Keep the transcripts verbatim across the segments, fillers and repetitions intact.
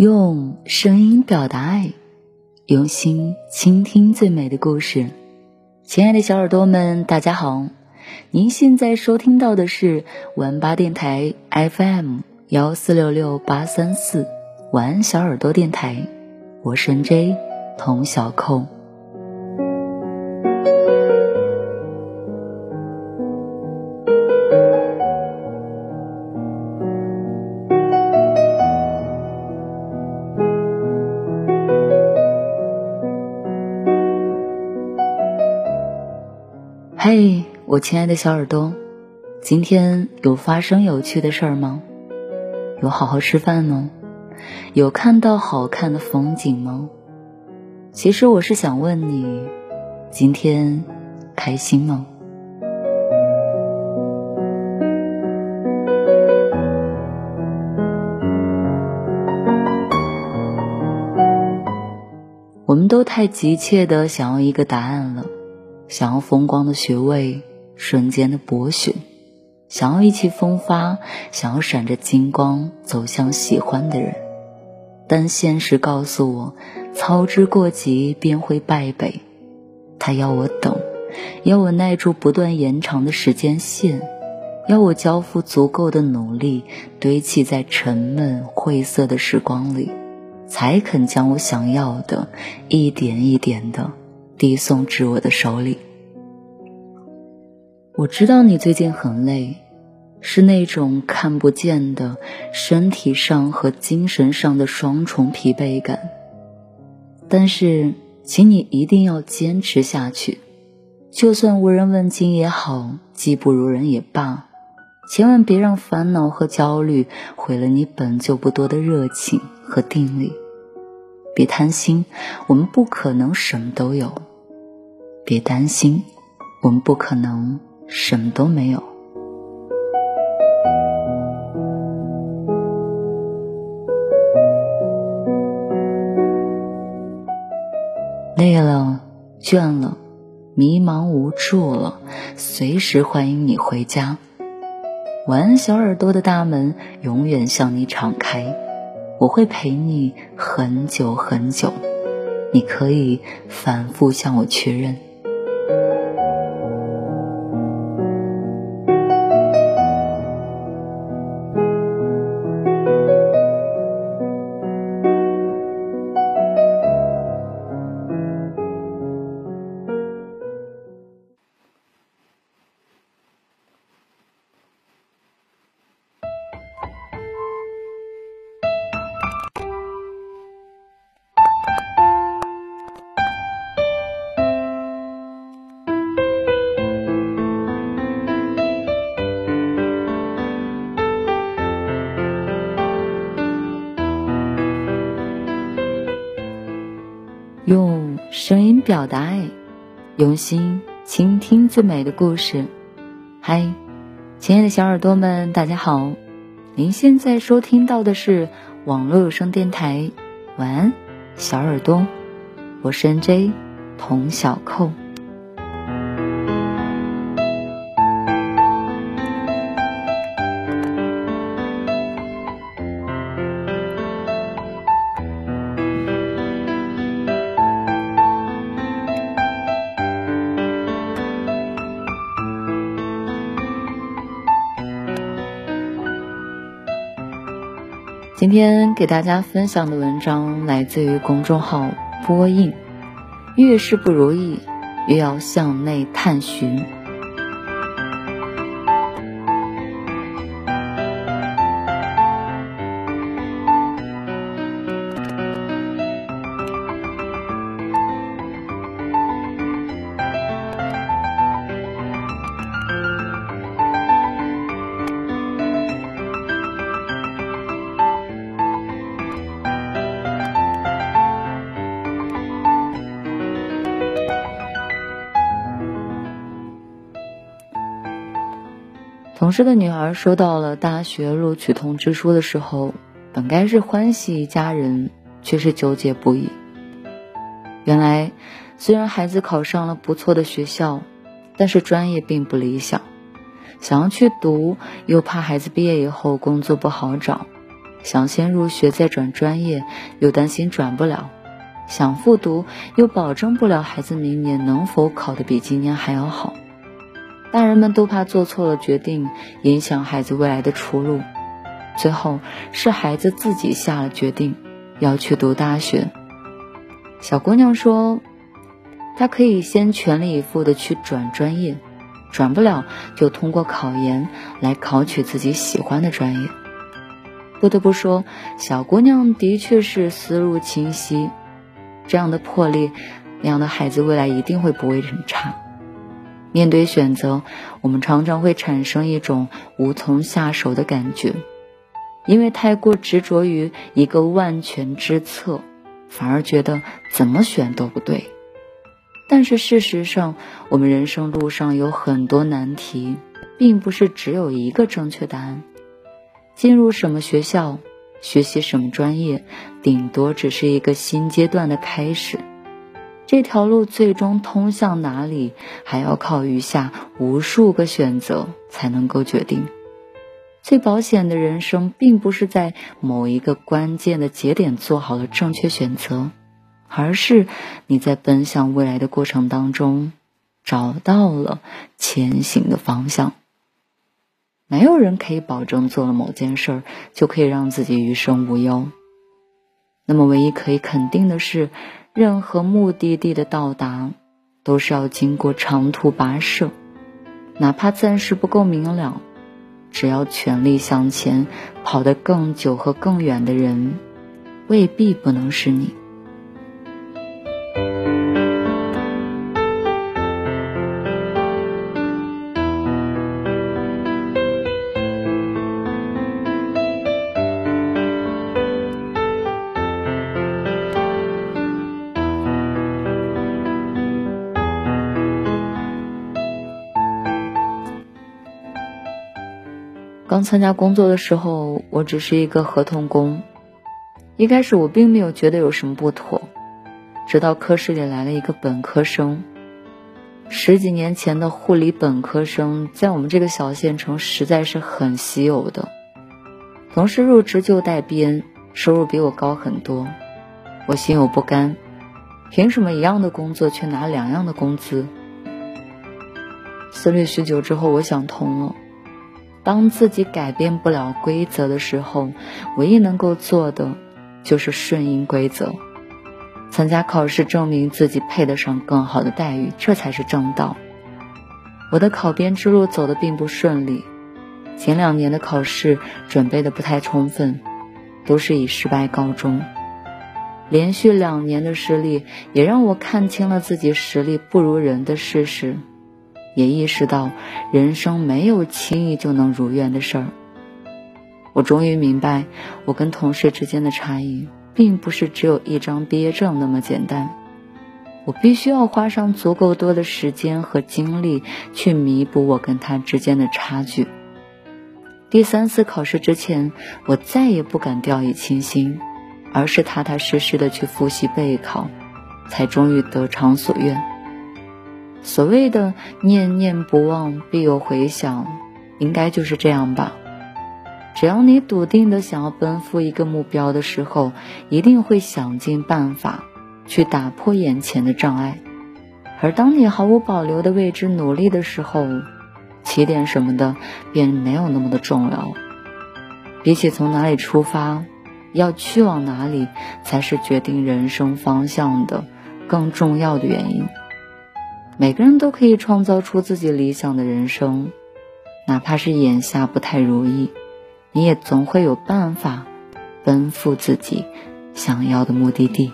用声音表达爱，用心倾听最美的故事。亲爱的小耳朵们，大家好，您现在收听到的是晚八电台 F M 一四六六八三四晚安小耳朵电台，我是 N J 童小扣。嘿，我亲爱的小耳朵，今天有发生有趣的事儿吗？有好好吃饭吗？有看到好看的风景吗？其实我是想问你，今天开心吗？我们都太急切地想要一个答案了，想要风光的学位，瞬间的博学，想要意气风发，想要闪着金光走向喜欢的人。但现实告诉我，操之过急便会败北。他要我等，要我耐住不断延长的时间线，要我交付足够的努力，堆砌在沉闷晦涩的时光里，才肯将我想要的一点一点的递送至我的手里。我知道你最近很累，是那种看不见的身体上和精神上的双重疲惫感，但是请你一定要坚持下去，就算无人问津也好，技不如人也罢，千万别让烦恼和焦虑毁了你本就不多的热情和定力。别贪心，我们不可能什么都有；别担心，我们不可能什么都没有。累了，倦了，迷茫无助了，随时欢迎你回家。晚安小耳朵的大门永远向你敞开，我会陪你很久很久，你可以反复向我确认。用声音表达爱，用心倾听最美的故事。嗨，亲爱的小耳朵们，大家好，您现在收听到的是网络有声电台晚安小耳朵，我是 N J 童小扣。今天给大家分享的文章来自于公众号播印，越是不如意，越要向内探寻。同事的女儿收到了大学录取通知书的时候，本该是欢喜一家人，却是纠结不已。原来虽然孩子考上了不错的学校，但是专业并不理想，想要去读，又怕孩子毕业以后工作不好找， 想先入学再转专业，又担心转不了；想复读，又保证不了孩子明年能否考得比今年还要好。大人们都怕做错了决定，影响孩子未来的出路。最后是孩子自己下了决定，要去读大学。小姑娘说，她可以先全力以赴的去转专业，转不了就通过考研来考取自己喜欢的专业。不得不说，小姑娘的确是思路清晰，这样的魄力，那样的孩子未来一定会不会很差。面对选择，我们常常会产生一种无从下手的感觉，因为太过执着于一个万全之策，反而觉得怎么选都不对。但是事实上，我们人生路上有很多难题，并不是只有一个正确答案。进入什么学校，学习什么专业，顶多只是一个新阶段的开始。这条路最终通向哪里，还要靠余下无数个选择才能够决定。最保险的人生，并不是在某一个关键的节点做好了正确选择，而是你在奔向未来的过程当中，找到了前行的方向。没有人可以保证做了某件事儿就可以让自己余生无忧。那么唯一可以肯定的是，任何目的地的到达都是要经过长途跋涉，哪怕暂时不够明了，只要全力向前，跑得更久和更远的人，未必不能是你。刚参加工作的时候，我只是一个合同工。一开始我并没有觉得有什么不妥，直到科室里来了一个本科生。十几年前的护理本科生在我们这个小县城实在是很稀有的。同事入职就带编，收入比我高很多。我心有不甘，凭什么一样的工作却拿两样的工资？思虑许久之后，我想通了。当自己改变不了规则的时候，唯一能够做的就是顺应规则。参加考试证明自己配得上更好的待遇，这才是正道。我的考编之路走得并不顺利，前两年的考试准备得不太充分，都是以失败告终。连续两年的失利也让我看清了自己实力不如人的事实，也意识到人生没有轻易就能如愿的事儿。我终于明白，我跟同事之间的差异并不是只有一张毕业证那么简单，我必须要花上足够多的时间和精力去弥补我跟他之间的差距。第三次考试之前，我再也不敢掉以轻心，而是踏踏实实的去复习备考，才终于得偿所愿。所谓的念念不忘必有回响，应该就是这样吧。只要你笃定的想要奔赴一个目标的时候，一定会想尽办法去打破眼前的障碍。而当你毫无保留的为之努力的时候，起点什么的便没有那么的重要。比起从哪里出发，要去往哪里才是决定人生方向的更重要的原因。每个人都可以创造出自己理想的人生，哪怕是眼下不太如意，你也总会有办法奔赴自己想要的目的地。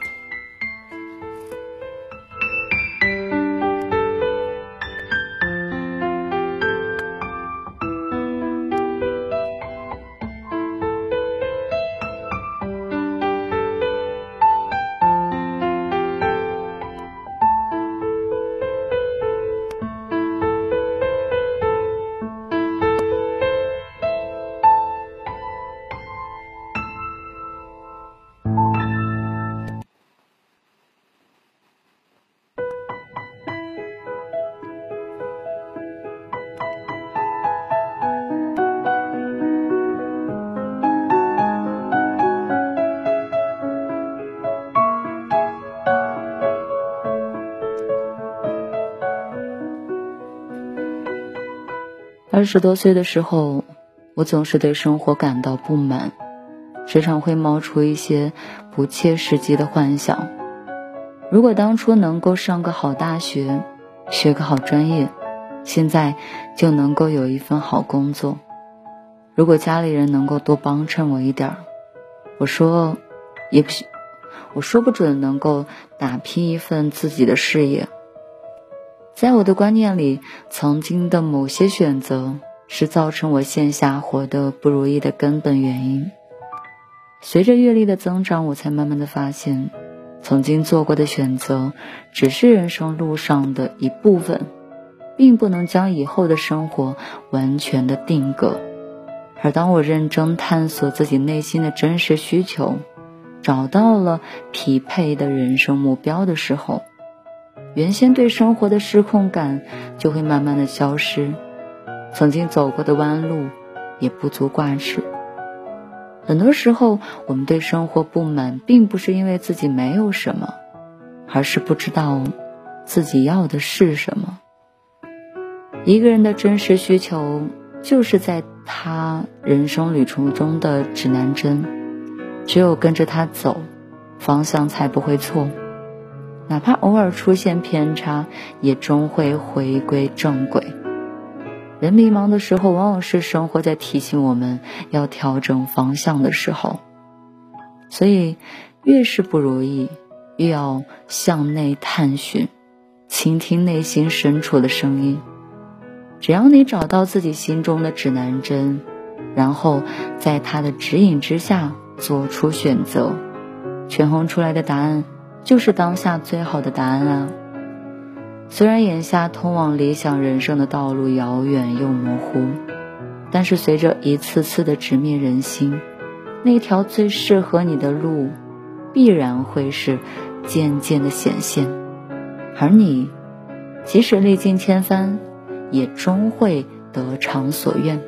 二十多岁的时候，我总是对生活感到不满，时常会冒出一些不切实际的幻想。如果当初能够上个好大学，学个好专业，现在就能够有一份好工作。如果家里人能够多帮衬我一点，我说也不我说不准能够打拼一份自己的事业。在我的观念里，曾经的某些选择是造成我线下活得不如意的根本原因。随着阅历的增长，我才慢慢的发现，曾经做过的选择只是人生路上的一部分，并不能将以后的生活完全的定格。而当我认真探索自己内心的真实需求，找到了匹配的人生目标的时候，原先对生活的失控感就会慢慢的消失，曾经走过的弯路也不足挂齿。很多时候我们对生活不满，并不是因为自己没有什么，而是不知道自己要的是什么。一个人的真实需求就是在他人生旅途中的指南针，只有跟着他走，方向才不会错，哪怕偶尔出现偏差，也终会回归正轨。人迷茫的时候，往往是生活在提醒我们要调整方向的时候。所以越是不如意，越要向内探寻，倾听内心深处的声音。只要你找到自己心中的指南针，然后在它的指引之下做出选择，权衡出来的答案就是当下最好的答案啊。虽然眼下通往理想人生的道路遥远又模糊，但是随着一次次的直面人心，那条最适合你的路必然会是渐渐的显现。而你即使历尽千帆，也终会得偿所愿。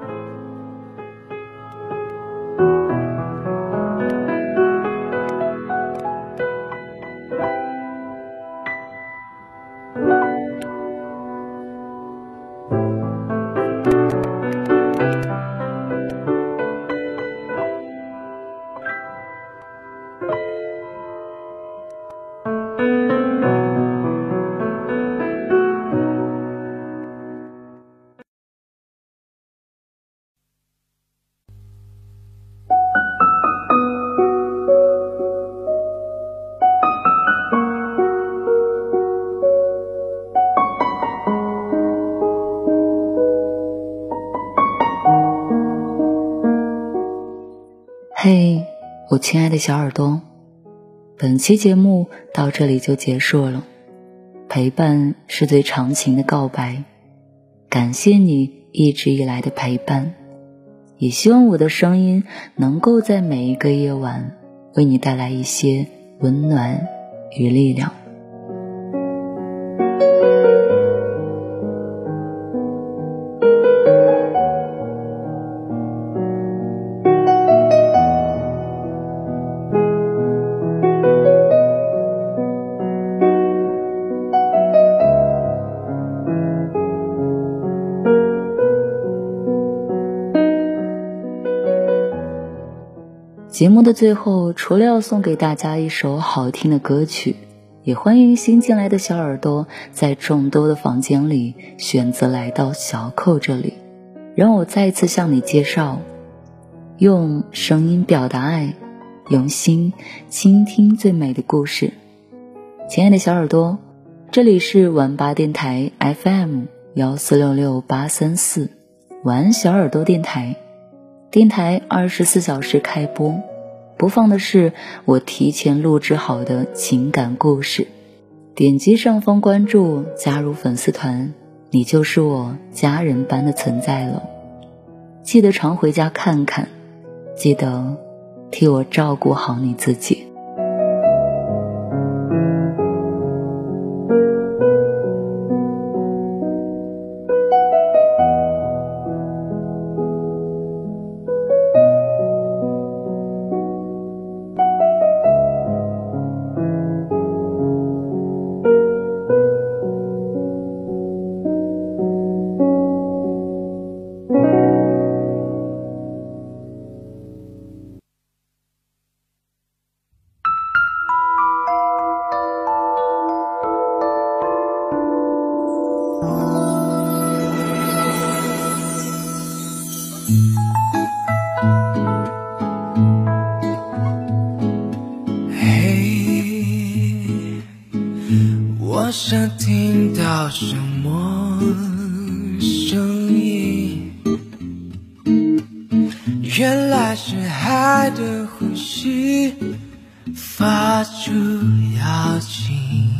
嘿，我亲爱的小耳朵，本期节目到这里就结束了。陪伴是最长情的告白，感谢你一直以来的陪伴，也希望我的声音能够在每一个夜晚为你带来一些温暖与力量。节目的最后，除了要送给大家一首好听的歌曲，也欢迎新进来的小耳朵在众多的房间里选择来到小扣这里。让我再一次向你介绍，用声音表达爱，用心倾听最美的故事。亲爱的小耳朵，这里是晚八电台 F M 一四六六八三四，晚安小耳朵电台。电台二十四小时开播，播放的是我提前录制好的情感故事。点击上方关注，加入粉丝团，你就是我家人般的存在了。记得常回家看看，记得替我照顾好你自己。 我想听到什么声音，原来是海的呼吸发出邀请。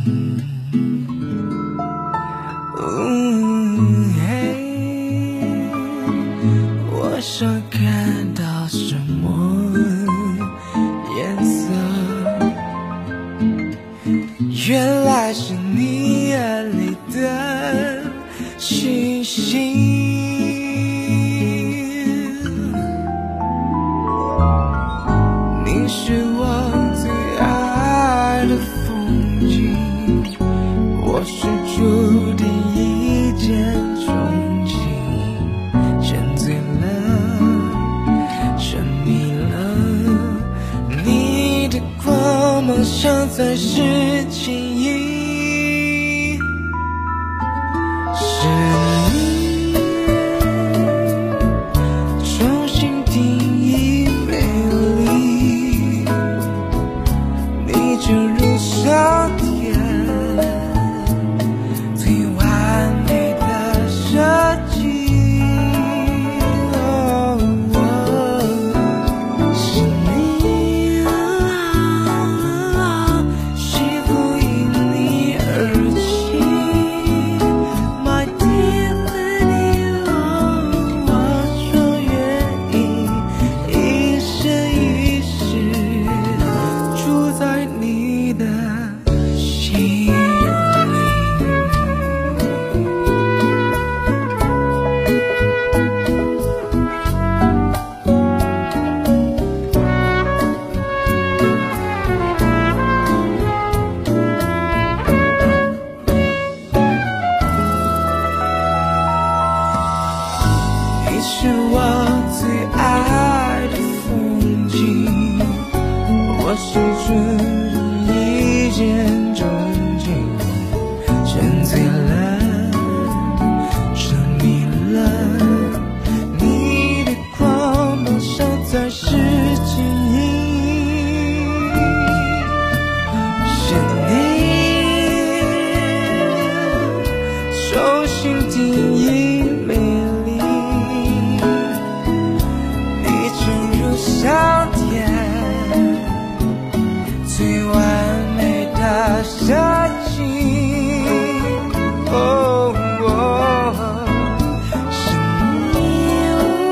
嗯嘿，我想看到什么颜色，原来是你眼里的星星。你是我最爱的风景，我是注定一见钟情，沉醉了，沉迷了，你的光芒像钻石轻盈，是你重新定义美丽，你正如上天最完美的设计。哦哦，是你啊，幸福因你而起 My Tiffany， 我说愿意一生一世住在你的心里。你是我最爱的风景，我是注定一见钟情，沉醉了，沉迷了，你的光芒像钻石轻盈，是你重新定义美丽，你正如上天最完美的设计。哦哦，是你，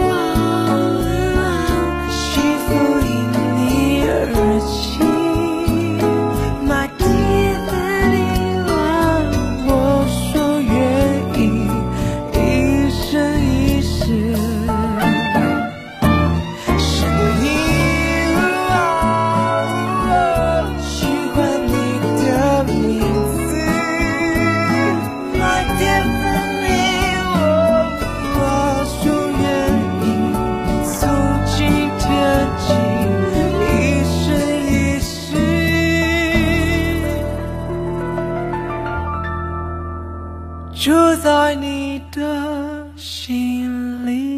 幸福因你而起 My Tiffany， 我说愿意一生一世。是你啊，喜欢你的名字 My Tiffany， 我说愿意从今天起一生一世住在你的心里。